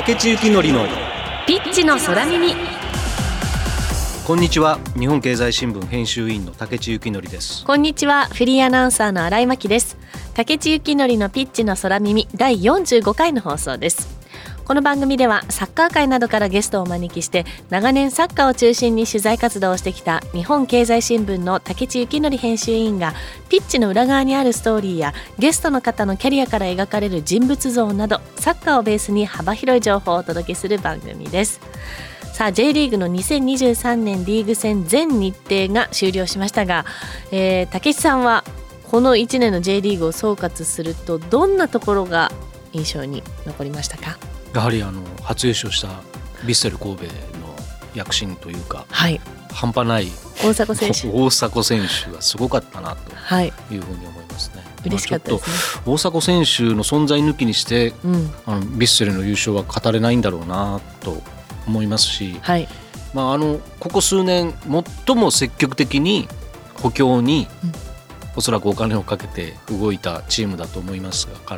竹地幸典のピッチの空耳。 こんにちは。日本経済新聞編集委員の竹地幸典です。 こんにちは。フリーアナウンサーの新井真希です。竹地幸典のピッチの空耳第45回の放送です。この番組ではサッカー界などからゲストをお招きして長年サッカーを中心に取材活動をしてきた日本経済新聞の竹地幸典編集委員がピッチの裏側にあるストーリーやゲストの方のキャリアから描かれる人物像などサッカーをベースに幅広い情報をお届けする番組です。さあ J リーグの2023年リーグ戦全日程が終了しましたが、竹地さんはこの1年の J リーグを総括するとどんなところが印象に残りましたか？ やはり初優勝したヴィッセル神戸の躍進というか、 はい、 半端ない大迫選手大迫選手がすごかったなというふうに思いますね。 嬉しかったですね。 ちょっと大迫選手の存在抜きにして、ヴィッセルの優勝は語れないんだろうなと思いますし、はい、ここ数年最も積極的に補強に、おそらくお金をかけて動いたチームだと思いますから、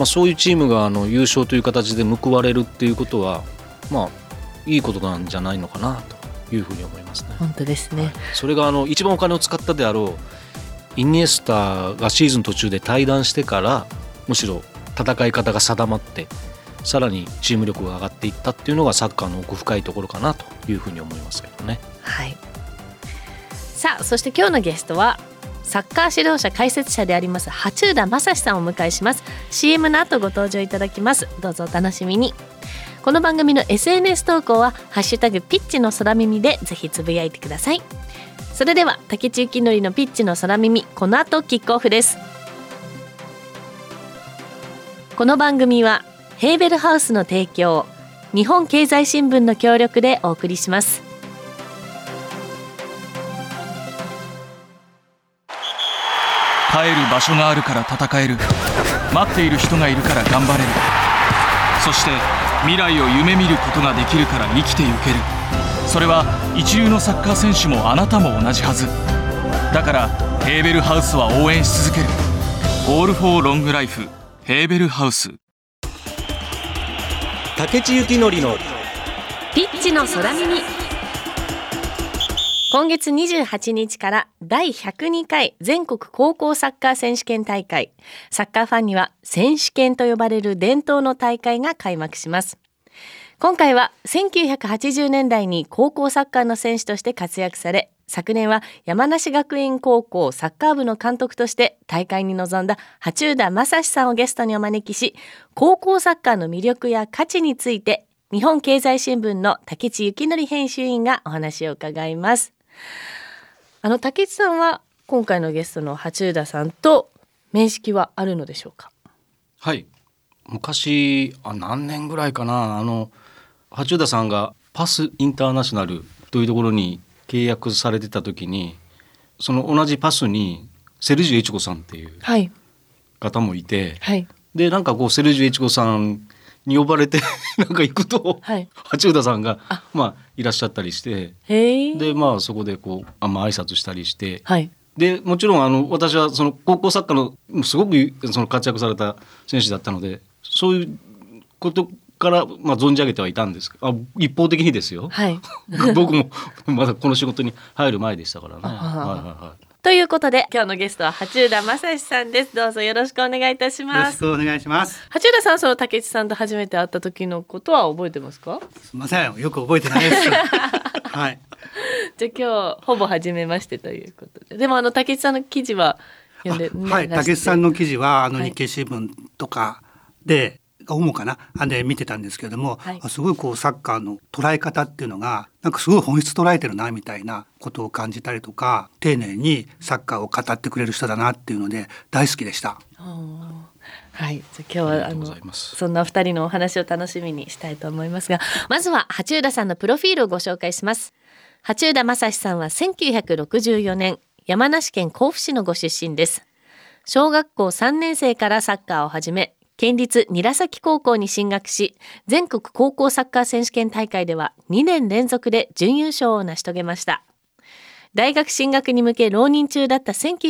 そういうチームが優勝という形で報われるっていうことは、いいことなんじゃないのかなというふうに思いますね。 本当ですね、はい、 それが一番お金を使ったであろうイニエスタがシーズン途中で退団してからむしろ戦い方が定まってさらにチーム力が上がっていったっていうのがサッカーの奥深いところかなというふうに思いますけどね。 はい、さあそして今日のゲストはサッカー指導者解説者であります羽中田正史さんをお迎えします。 CM の後ご登場いただきます。どうぞお楽しみに。この番組の SNS 投稿はハッシュタグピッチの空耳でぜひつぶやいてください。それでは竹地幸典のピッチの空耳、この後キックオフです。この番組はヘーベルハウスの提供、日本経済新聞の協力でお送りします。 帰る場所があるから戦える、待っている人がいるから頑張れる、そして未来を夢見ることができるから生きてゆける。それは一流のサッカー選手もあなたも同じはずだから、ヘーベルハウスは応援し続ける。オールフォーロングライフ、ヘーベルハウス。 竹地幸典のピッチの空耳。今月28日から第102回全国高校サッカー選手権大会、サッカーファンには選手権と呼ばれる伝統の大会が開幕します。今回は1980年代に高校サッカーの選手として活躍され、昨年は山梨学院高校サッカー部の監督として大会に臨んだ羽中田正史さんをゲストにお招きし、高校サッカーの魅力や価値について日本経済新聞の竹地幸典編集員がお話を伺います。竹地さんは今回のゲストの羽中田さんと面識はあるのでしょうか？ はい、昔何年ぐらいかな、羽中田さんがパスインターナショナルというところに契約されてた時に、その同じパスにセルジュ・エチコさんっていう方もいて、はい、でセルジュ・エチコさんに呼ばれて行くと、はい、羽中田さんがいらっしゃったりして、でそこで挨拶したりして、はい、でもちろん私はその高校サッカーのすごくその活躍された選手だったので、そういうことから存じ上げてはいたんですけど、一方的にですよ、はい、僕もまだこの仕事に入る前でしたからね。 ということで今日のゲストは羽中田正史さんです。どうぞよろしくお願いいたします。 よろしくお願いします。 羽中田さん、その竹地さんと初めて会った時のことは覚えてますか？ すみません、よく覚えてないですはい、 じゃあ今日ほぼ初めましてということで、でも竹地さんの記事は読んで、 はい、竹地さんの記事は日経新聞とかで主かなで見てたんですけれども、はい、すごいサッカーの捉え方っていうのがすごい本質捉えてるなみたいなことを感じたりとか、丁寧にサッカーを語ってくれる人だなっていうので大好きでした。 はい、じゃあ今日はそんな2人のお話を楽しみにしたいと思いますが、まずは羽中田さんのプロフィールをご紹介します。羽中田正史さんは1964年山梨県甲府市のご出身です。小学校3年生からサッカーを始め、県立韮崎高校に進学し、全国高校サッカー選手権大会では2年連続で準優勝を成し遂げました。 大学進学に向け浪人中だった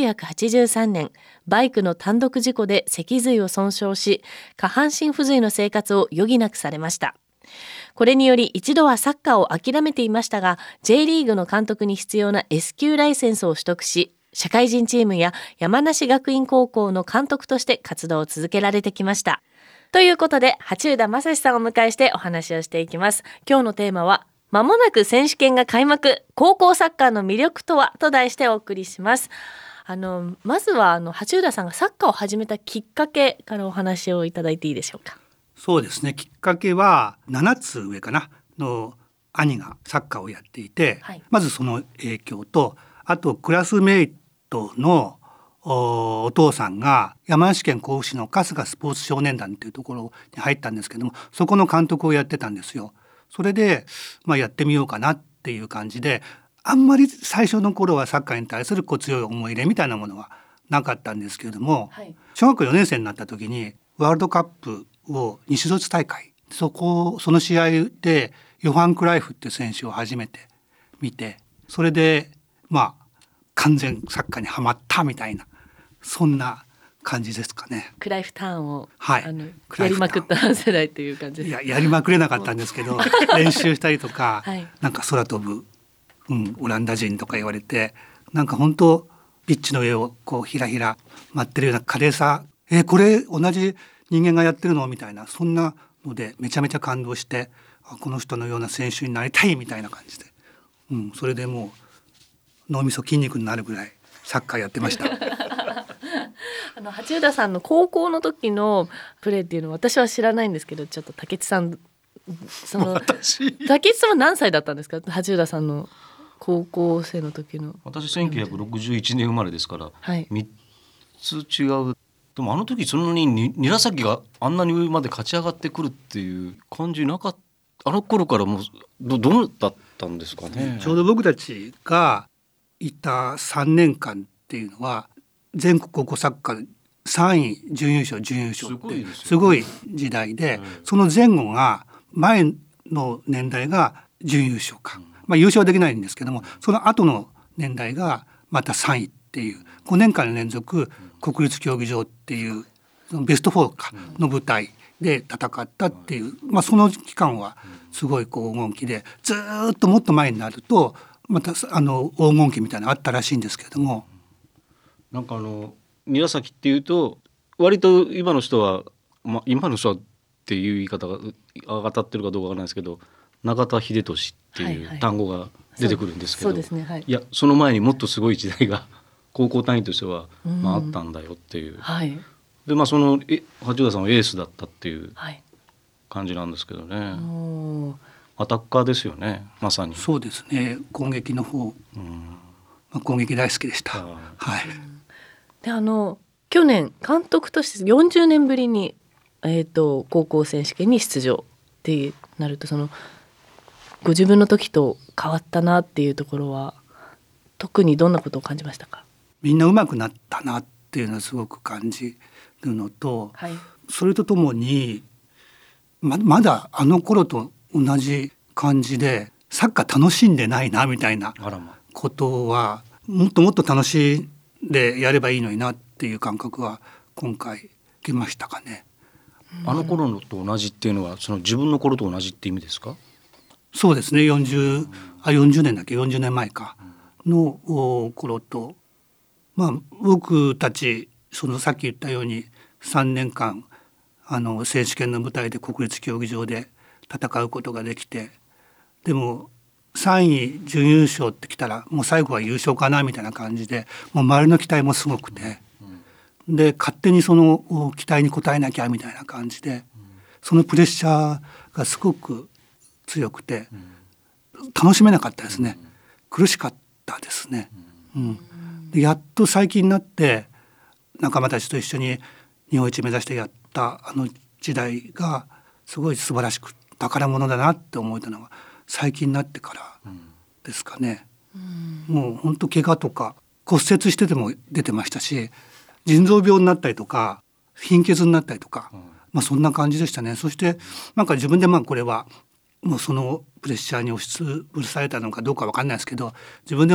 1983年、バイクの単独事故で脊髄を損傷し、下半身不随の生活を余儀なくされました。これにより一度はサッカーを諦めていましたが、J リーグの監督に必要な S 級ライセンスを取得し、社会人チームや山梨学院高校の監督として活動を続けられてきました。ということで、羽中田正史さんをお迎えしてお話をしていきます。今日のテーマは、まもなく選手権が開幕、高校サッカーの魅力とはと題してお送りします。まずは羽中田さんがサッカーを始めたきっかけからお話をいただいていいでしょうか。 そうですね、きっかけは7つ上かなの兄がサッカーをやっていて、はい、まずその影響と、あとクラスメイトのお父さんが山梨県甲府市の春日スポーツ少年団というところに入ったんですけども、そこの監督をやってたんですよ。それで、やってみようかなっていう感じで、あんまり最初の頃はサッカーに対する強い思い入れみたいなものはなかったんですけれども、はい、小学校4年生になった時にワールドカップを西ドイツ大会、その試合でヨハン・クライフっていう選手を初めて見て、それで完全サッカーにはまったみたいな、そんな感じですかね。 クライフターンを、 はい、 やりまくった世代という感じです。 やりまくれなかったんですけど練習したりとか、はい、なんか空飛ぶ、オランダ人とか言われて、なんか本当ピッチの上をこうひらひら舞ってるような華麗さ、これ同じ人間がやってるのみたいな、そんなのでめちゃめちゃ感動して、この人のような選手になりたいみたいな感じで、それでもう脳みそ筋肉になるぐらいサッカーやってました羽中田さんの高校の時のプレーっていうのは私は知らないんですけど、ちょっと武智さん、武智さんは何歳だったんですか、羽中田さんの高校生の時の。 私1961年生まれですから、 はい、 3つ違う。でもあの時そんなに韮崎があんなに上まで勝ち上がってくるっていう感じなかった。あの頃からもう どうだったんですかね。 ちょうど僕たちがいた3年間っていうのは全国高校サッカー3位準優勝準優勝ってすごい時代で、その前後が前の年代が準優勝か、優勝はできないんですけども、その後の年代がまた3位っていう5年間連続国立競技場っていうベスト4かの舞台で戦ったっていう、その期間はすごい黄金期で、ずっともっと前になるとまた黄金期みたいなのあったらしいんですけれども、 なんか韮崎っていうと割と今の人は、今の人はっていう言い方が当たってるかどうかわからないですけど、中田英寿っていう単語が出てくるんですけど、 そうですね、はい、 いやその前にもっとすごい時代が高校単位としては、あったんだよっていう、 はい、 でその羽中田さんはエースだったっていう感じなんですけどね、アタッカーですよね、まさに。 そうですね、攻撃の方、攻撃大好きでした。はい、 で去年監督として40年ぶりに、高校選手権に出場ってなると、ご自分の時と変わったなっていうところは特にどんなことを感じましたか。 みんな上手くなったなっていうのはすごく感じるのと、 はい、 それとともに まだあの頃と同じ感じでサッカー楽しんでないなみたいなことは、もっともっと楽しんでやればいいのになっていう感覚は今回受けましたかね。 あの頃のと同じっていうのは自分の頃と同じって意味ですか。 そうですね、40年だっけ、40年前かの頃と、僕たちさっき言ったように3年間選手権の舞台で国立競技場で戦うことができて、でも3位準優勝ってきたらもう最後は優勝かなみたいな感じで、もう周りの期待もすごくて、で勝手にその期待に応えなきゃみたいな感じで、そのプレッシャーがすごく強くて楽しめなかったですね。苦しかったですね。でやっと最近になって仲間たちと一緒に日本一目指してやった時代がすごい素晴らしく宝物だなって思えたのは最近になってからですかね。もう本当怪我とか骨折してても出てましたし、腎臓病になったりとか貧血になったりとか、そんな感じでしたね。そして自分でこれはもうそのプレッシャーに押しつぶされたのかどうか分かんないですけど、自分でもう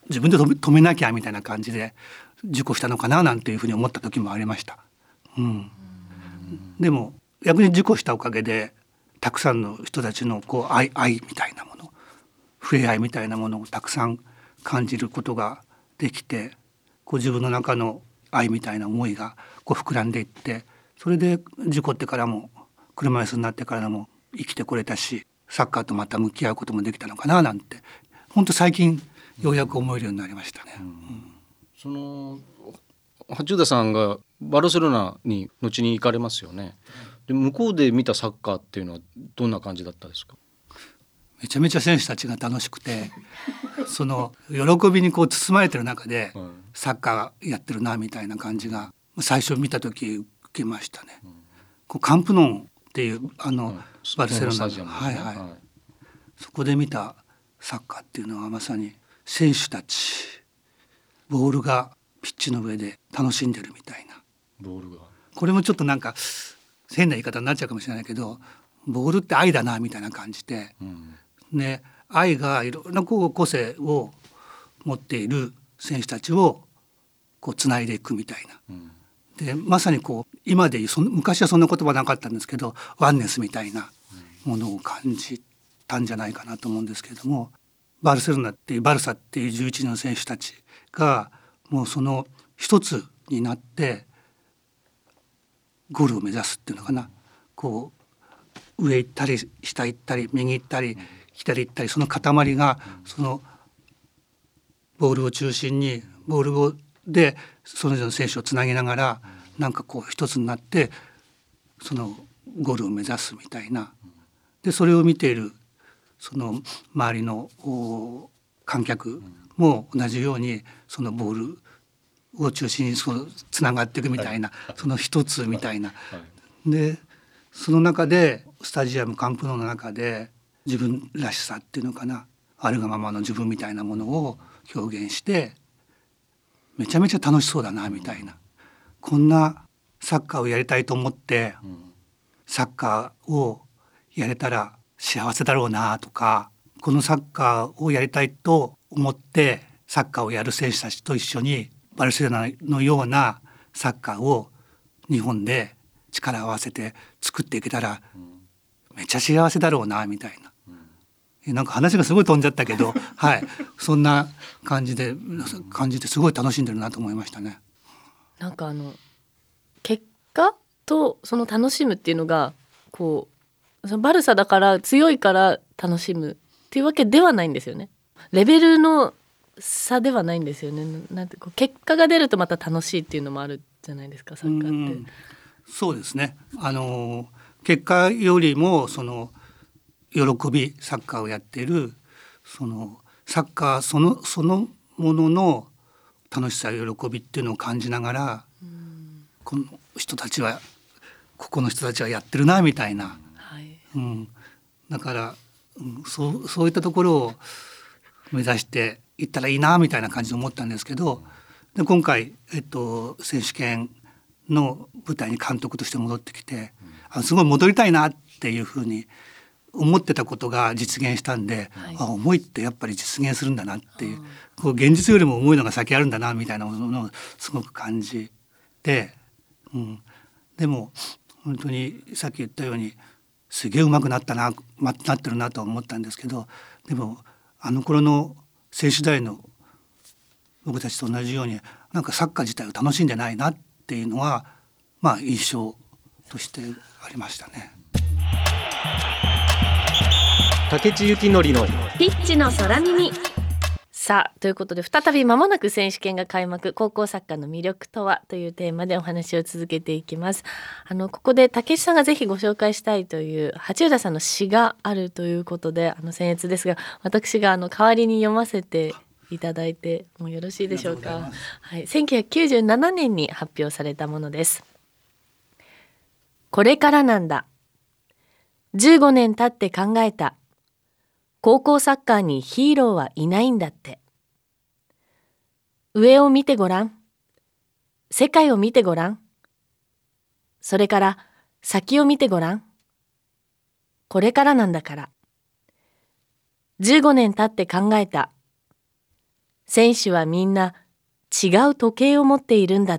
自分で止めなきゃみたいな感じで事故したのかななんていうふうに思った時もありました。でも逆に事故したおかげでたくさんの人たちのこう愛みたいなもの、触れ合いみたいなものをたくさん感じることができて、こう自分の中の愛みたいな思いがこう膨らんでいって、それで事故ってからも車椅子になってからも生きてこれたし、サッカーとまた向き合うこともできたのかななんて、本当最近ようやく思えるようになりましたね。 その八田さんがバルセロナに後に行かれますよね。で向こうで見たサッカーっていうのはどんな感じだったですか？ めちゃめちゃ選手たちが楽しくてその喜びにこう包まれてる中でサッカーやってるなみたいな感じが最初見た時受けましたね。こうカンプノンっていうバルセロナの、そこで見たサッカーっていうのはまさに選手たち、ボールがピッチの上で楽しんでるみたいな。 ボールがこれもちょっとなんか変な言い方になっちゃうかもしれないけど、ボールって愛だなみたいな感じで、ね、愛がいろんなこう個性を持っている選手たちをこうつないでいくみたいな。でまさにこう今でいう昔はそんな言葉なかったんですけど、ワンネスみたいなものを感じたんじゃないかなと思うんですけれども、バルセロナっていうバルサっていう11人の選手たちがもうその一つになってゴールを目指すっていうのかな、こう上行ったり下行ったり右行ったり左行ったり、その塊がそのボールを中心にボールをでそれぞれの選手をつなぎながらなんかこう一つになってそのゴールを目指すみたいな。でそれを見ているその周りの観客も同じようにそのボールを中心につながっていくみたいな、その一つみたいな。でその中でスタジアムカンプノーの中で自分らしさっていうのかな、あるがままの自分みたいなものを表現してめちゃめちゃ楽しそうだなみたいな、こんなサッカーをやりたいと思ってサッカーをやれたら幸せだろうなとか、このサッカーをやりたいと思ってサッカーをやる選手たちと一緒にバルセロナのようなサッカーを日本で力を合わせて作っていけたらめっちゃ幸せだろうなみたいな、なんか話がすごい飛んじゃったけどはい、そんな感じですごい楽しんでるなと思いましたね。 なんか結果とその楽しむっていうのがこうそのバルサだから強いから楽しむっていうわけではないんですよね。レベルの差ではないんですよね。なんてこう結果が出るとまた楽しいっていうのもあるじゃないですか、サッカーって。 そうですね。結果よりもその喜び、サッカーをやっているそのサッカーそのものの楽しさ喜びっていうのを感じながら、この人たちはここの人たちはやってるなみたいな、だから、そういったところを目指していったらいいなみたいな感じで思ったんですけど、で今回、選手権の舞台に監督として戻ってきて、すごい戻りたいなっていうふうに思ってたことが実現したんで、思いってやっぱり実現するんだなっていう、こう現実よりも重いのが先あるんだなみたいなものをすごく感じて、でも本当にさっき言ったようにすげえ上手くなってるなと思ったんですけど、でもあの頃の選手代の僕たちと同じようになんかサッカー自体を楽しんでないなっていうのは印象としてありましたね。 竹地幸典のピッチの空耳。さあということで再び間もなく選手権が開幕、高校サッカーの魅力とはというテーマでお話を続けていきます。ここで竹内さんがぜひご紹介したいという八浦さんの詩があるということで僭越ですが私が代わりに読ませていただいてもよろしいでしょうか。はい、1997年に発表されたものです。これからなんだ。15年経って考えた。高校サッカーにヒーローはいないんだって。上を見てごらん。世界を見てごらん。それから先を見てごらん。これからなんだから。15年経って考えた。 選手はみんな違う時計を持っているんだって。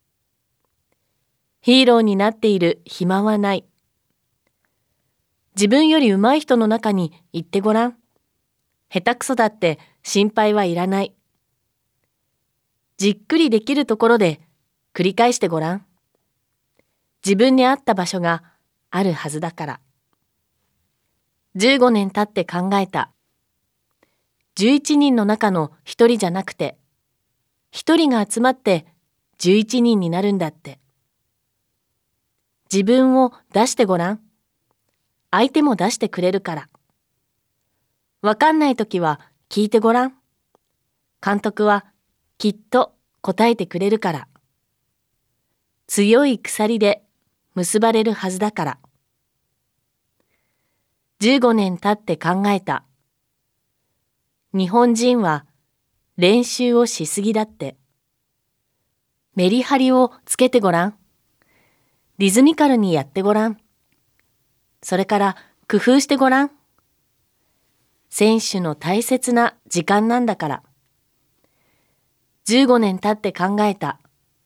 ヒーローになっている暇はない。自分より上手い人の中に行ってごらん。下手くそだって心配はいらない。じっくりできるところで繰り返してごらん。自分に合った場所があるはずだから。15年経って考えた。11人の中の1人じゃなくて、1人が集まって11人になるんだって。自分を出してごらん。相手も出してくれるから。わかんないときは聞いてごらん。監督はきっと答えてくれるから。強い鎖で結ばれるはずだから。15年経って考えた。日本人は練習をしすぎだって。メリハリをつけてごらん。リズミカルにやってごらん。それから工夫してごらん。選手の大切な時間なんだから。15年経って考えた。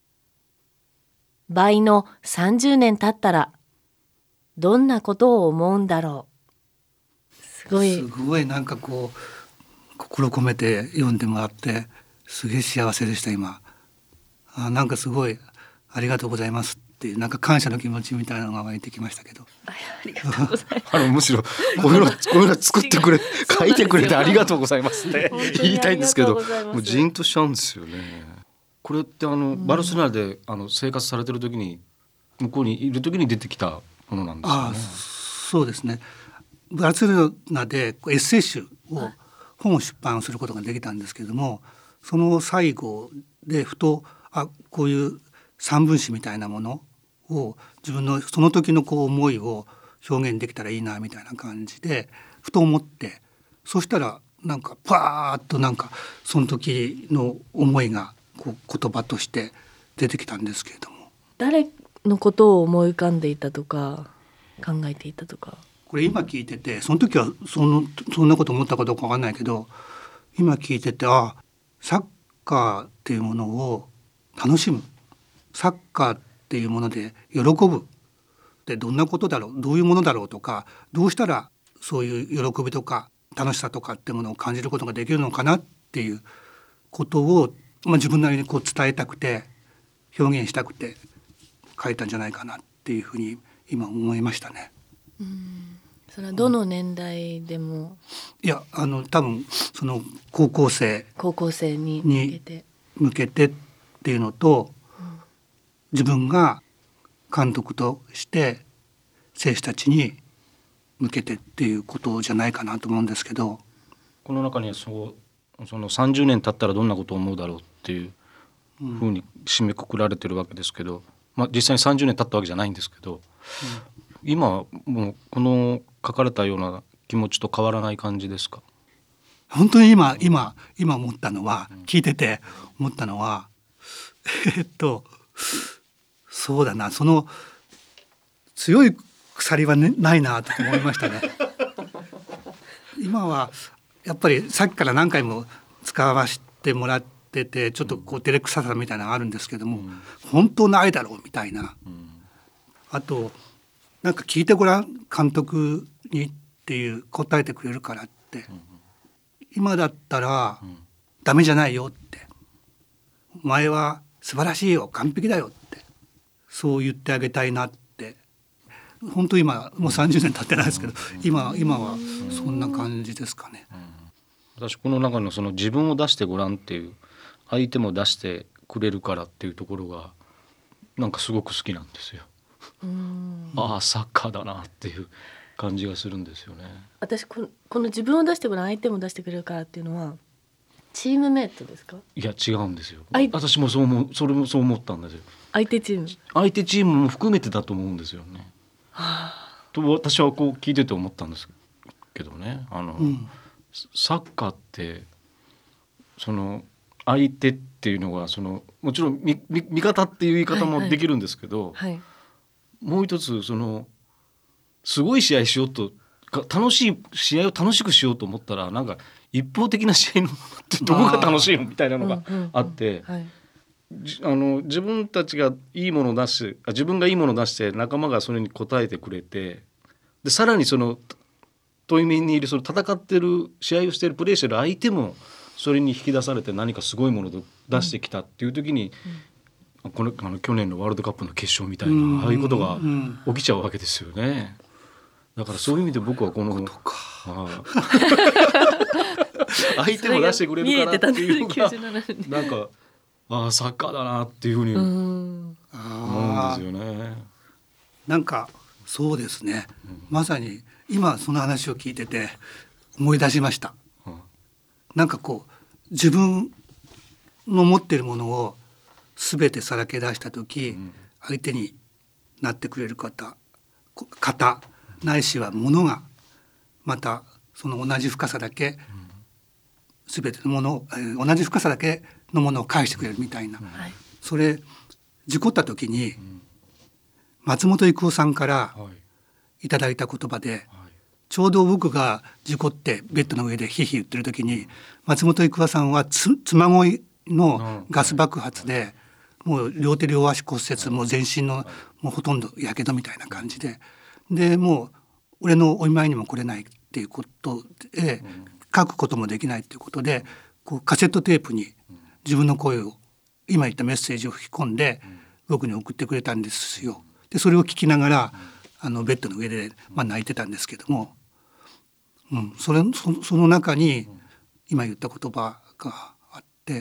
倍の30年経ったらどんなことを思うんだろう。すごいなんかこう心込めて読んでもらってすげえ幸せでした今。なんかすごいありがとうございますっていうなんか感謝の気持ちみたいなのが湧いてきましたけど。 ありがとうございます。 むしろこういうの作ってくれ書いてくれてありがとうございますって言いたいんですけど、もうジーンとしちゃうんですよね。これってバルセロナで生活されてる時に向こうにいる時に出てきたものなんですよね。 そうですね。バルセロナでエッセイ集を本を出版することができたんですけれども、その最後でふとこういう散文詩みたいなものを自分のその時の思いを表現できたらいいなみたいな感じでふと思って、そしたらなんかパーッとなんかその時の思いが言葉として出てきたんですけれども。 誰のことを思い浮かんでいたとか考えていたとか。 これ今聞いててその時はそんなこと思ったかどうかわかんないけど、今聞いててサッカーっていうものを楽しむ、サッカーっていうもので喜ぶでどんなことだろう、どういうものだろうとか、どうしたらそういう喜びとか楽しさとかっていうものを感じることができるのかなっていうことを、自分なりに伝えたくて表現したくて書いたんじゃないかなっていうふうに今思いましたね。 それはどの年代でも。 いや多分その高校生に向けてっていうのと、自分が監督として選手たちに向けてっていうことじゃないかなと思うんですけど、 この中にはその30年経ったらどんなことを思うだろうっていうふうに締めくくられてるわけですけど、実際に30年経ったわけじゃないんですけど、今もうこの書かれたような気持ちと変わらない感じですか？ 本当に今思ったのは、聞いてて思ったのはそうだな、その強い鎖は、ないなと思いましたね。今はやっぱりさっきから何回も使わせてもらっててちょっと照れくささみたいなのがあるんですけども、本当ないだろうみたいな、あとなんか聞いてごらん監督にっていう答えてくれるからって、今だったらダメじゃないよって、お前は素晴らしいよ完璧だよってそう言ってあげたいなって、本当今もう30年経ってないですけど、今はそんな感じですかね。 私この中のその自分を出してごらんっていう、相手も出してくれるからっていうところがなんかすごく好きなんですよ。サッカーだなっていう感じがするんですよね。 私この自分を出してごらん、相手も出してくれるからっていうのはチームメイトですか？いや違うんですよ。私もそれもそう思ったんですよ。相手チームも含めてだと思うんですよね。と私は聞いてて思ったんですけどね。サッカーってその相手っていうのがもちろん味方っていう言い方もできるんですけど、もう一つすごい試合しようと楽しい試合を楽しくしようと思ったらなんか一方的な試合のどこが楽しいのみたいなのがあって、自分たちがいいものを出して自分がいいものを出して仲間がそれに応えてくれて、でさらにその対面にいるその戦ってる試合をしてるプレーしてる相手もそれに引き出されて何かすごいものを出してきたっていう時に、去年のワールドカップの決勝みたいなああいうことが起きちゃうわけですよね。だからそういう意味で僕はこの相手も出してくれるからっていうのがなんかサッカーだなっていうふうに思うんですよね。 なんかそうですね、まさに今その話を聞いてて思い出しました。なんかこう自分の持っているものを全てさらけ出した時、相手になってくれる方ないしはものがまたその同じ深さだけ全てのものを、同じ深さだけのものを返してくれるみたいな、それ事故った時に松本郁夫さんからいただいた言葉で、ちょうど僕が事故ってベッドの上でヒヒ言ってる時に松本郁夫さんは妻恋のガス爆発でもう両手両足骨折、もう全身のもうほとんどやけどみたいな感じで、もう俺のお見舞いにも来れないっていうことで、書くこともできないっていうことでこうカセットテープに自分の声を今言ったメッセージを吹き込んで僕に送ってくれたんですよ。でそれを聞きながらベッドの上で、泣いてたんですけども、その中に今言った言葉があって、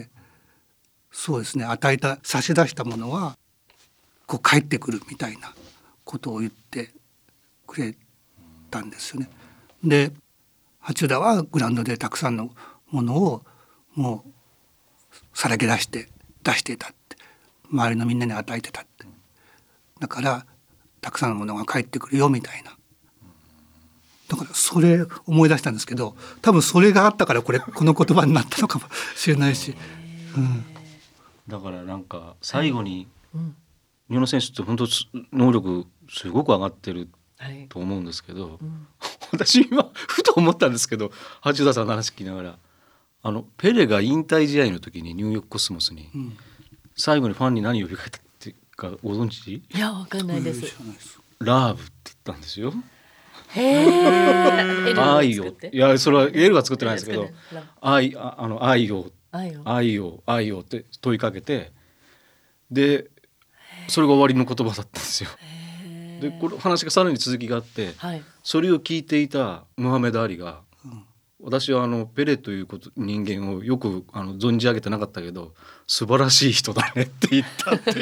そうですね、与えた差し出したものはこう返ってくるみたいなことを言ってくれたんですよね。で八田はグラウンドでたくさんのものをもうさらけ出していたって、周りのみんなに与えてたって、だからたくさんのものが返ってくるよみたいな。だからそれ思い出したんですけど、多分それがあったからこの言葉になったのかもしれないし、 だからなんか最後に日本の選手って本当能力すごく上がってると思うんですけど、私今ふと思ったんですけど、八田さんの話聞きながらペレが引退試合の時にニューヨークコスモスに最後にファンに何を呼びかけたっていうかご存知？ いやわかんないです。 ラーブって言ったんですよ。 愛を、いやそれはエルが作ってないですけど、愛をって問いかけて、でそれが終わりの言葉だったんですよ。でこの話がさらに続きがあって、それを聞いていたムハメド・アリが、私はペレという人間をよく存じ上げてなかったけど素晴らしい人だねって言ったって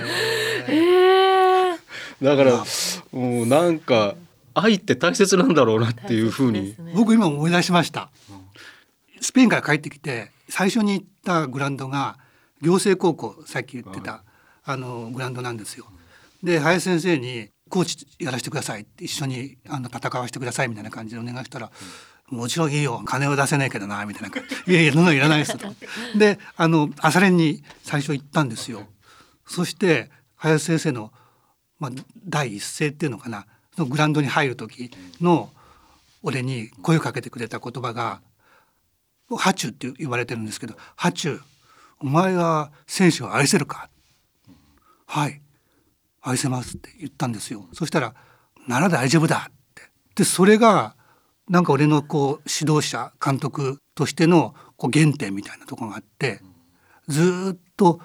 だからもうなんか愛って大切なんだろうなっていうふうに、 僕今思い出しました。スペインから帰ってきて最初に行ったグラウンドが行政高校、さっき言ってた、グラウンドなんですよ。で林先生にコーチやらせてくださいって、一緒に戦わせてくださいみたいな感じでお願いしたら、もちろんいいよ、金は出せないけどなみたいな感じ、いやいやそんなのいらないですと。で朝練に最初行ったんですよ。そして林先生の、第一声っていうのかな、そのグラウンドに入る時の俺に声をかけてくれた言葉がハチュって言われてるんですけど、ハチュお前は選手を愛せるか、はい愛せますって言ったんですよ。そしたらなら大丈夫だって。でそれがなんか俺の指導者監督としての原点みたいなところがあって、ずっと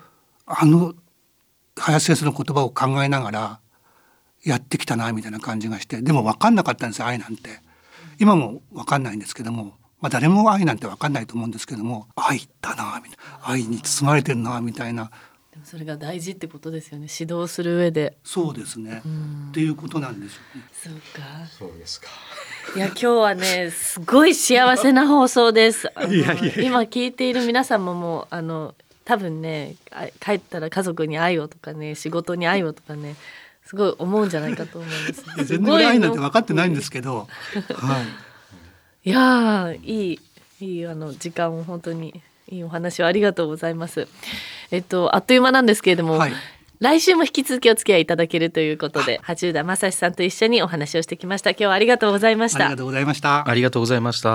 林先生の言葉を考えながらやってきたなみたいな感じがして、でも分かんなかったんですよ、愛なんて。今も分かんないんですけども、誰も愛なんて分かんないと思うんですけども、愛だなみたいな、愛に包まれてるなみたいな。 でもそれが大事ってことですよね、指導する上で。 そうですね、っていうことなんですよね。 そうか、 そうですか。 いや今日はねすごい幸せな放送です。今聞いている皆さんももう多分ね、帰ったら家族に愛をとかね、仕事に愛をとかね、すごい思うんじゃないかと思います。 全然愛なんて分かってないんですけど、 いやいい時間を本当にいいお話をありがとうございます。あっという間なんですけれども、 来週も引き続きお付き合いいただけるということで、八浦正史さんと一緒にお話をしてきました。今日はありがとうございました。 ありがとうございました。 ありがとうございました。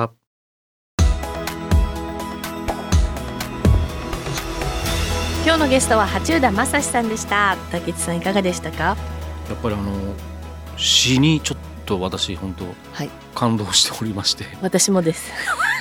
今日のゲストは八浦正史さんでした。竹内さんいかがでしたか？ やっぱり詩にちょっと私本当、感動しておりまして。 私もです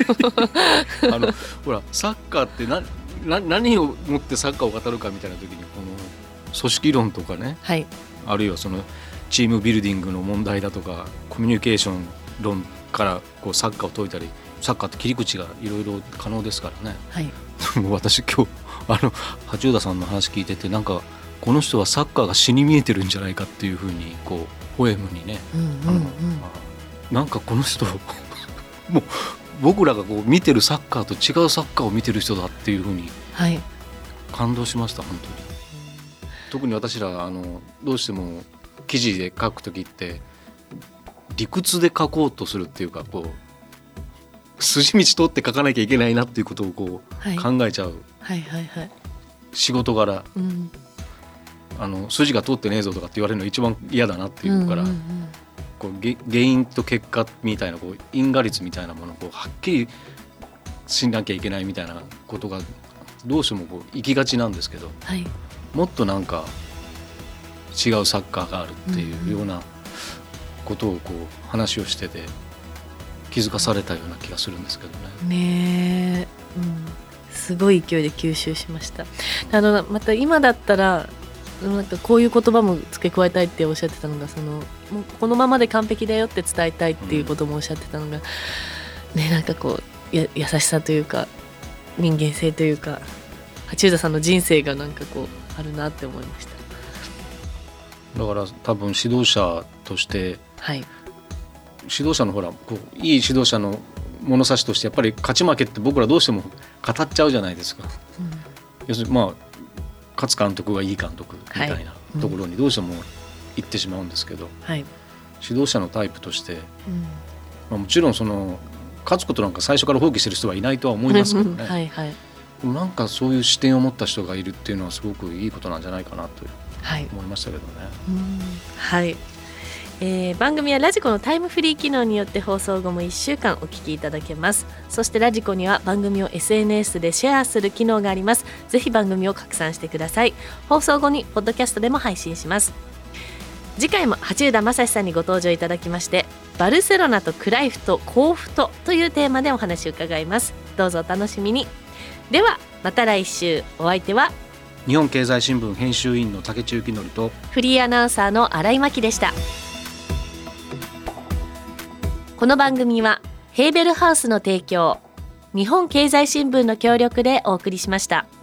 ほらサッカーって何をもってサッカーを語るかみたいな時にこの組織論とかね、あるいはそのチームビルディングの問題だとかコミュニケーション論からこうサッカーを解いたり、サッカーって切り口がいろいろ可能ですからね、私今日八浦さんの話聞いてて、なんかこの人はサッカーが詩に見えてるんじゃないかっていうふうにこうポエムにね、なんかこの人もう僕らがこう見てるサッカーと違うサッカーを見てる人だっていうふうに感動しました、本当に。特に私らどうしても記事で書くときって理屈で書こうとするっていうか、こう筋道通って書かなきゃいけないなっていうことをこう考えちゃう仕事柄、筋が通ってねえぞとかって言われるの一番嫌だなっていうから、こう原因と結果みたいなこう因果率みたいなものをこうはっきりしなきゃいけないみたいなことがどうしてもこう行きがちなんですけど、もっとなんか違うサッカーがあるっていうようなことをこう話をしてて気づかされたような気がするんですけどね。 すごい勢いで吸収しました。また今だったらなんかこういう言葉も付け加えたいっておっしゃってたのが、もうこのままで完璧だよって伝えたいっていうこともおっしゃってたのが、なんかこう優しさというか人間性というか八浦さんの人生がなんかこうあるなって思いました。 だから多分指導者として、指導者のほらこういい指導者の物差しとしてやっぱり勝ち負けって僕らどうしても語っちゃうじゃないですか、要するに勝監督がいい監督みたいなところにどうしても行ってしまうんですけど、指導者のタイプとして、もちろんその勝つことなんか最初から放棄してる人はいないとは思いますけどねでもなんかそういう視点を持った人がいるっていうのはすごくいいことなんじゃないかなと思いましたけどね。 番組はラジコのタイムフリー機能によって放送後も1週間お聞きいただけます。そしてラジコには番組を SNS でシェアする機能があります。ぜひ番組を拡散してください。放送後にポッドキャストでも配信します。次回も八浦正史さんにご登場いただきまして、バルセロナとクライフと甲府とというテーマでお話を伺います。どうぞお楽しみに。ではまた来週。お相手は日本経済新聞編集員の竹内幸則とフリーアナウンサーの新井真希でした。この番組はヘーベルハウスの提供、日本経済新聞の協力でお送りしました。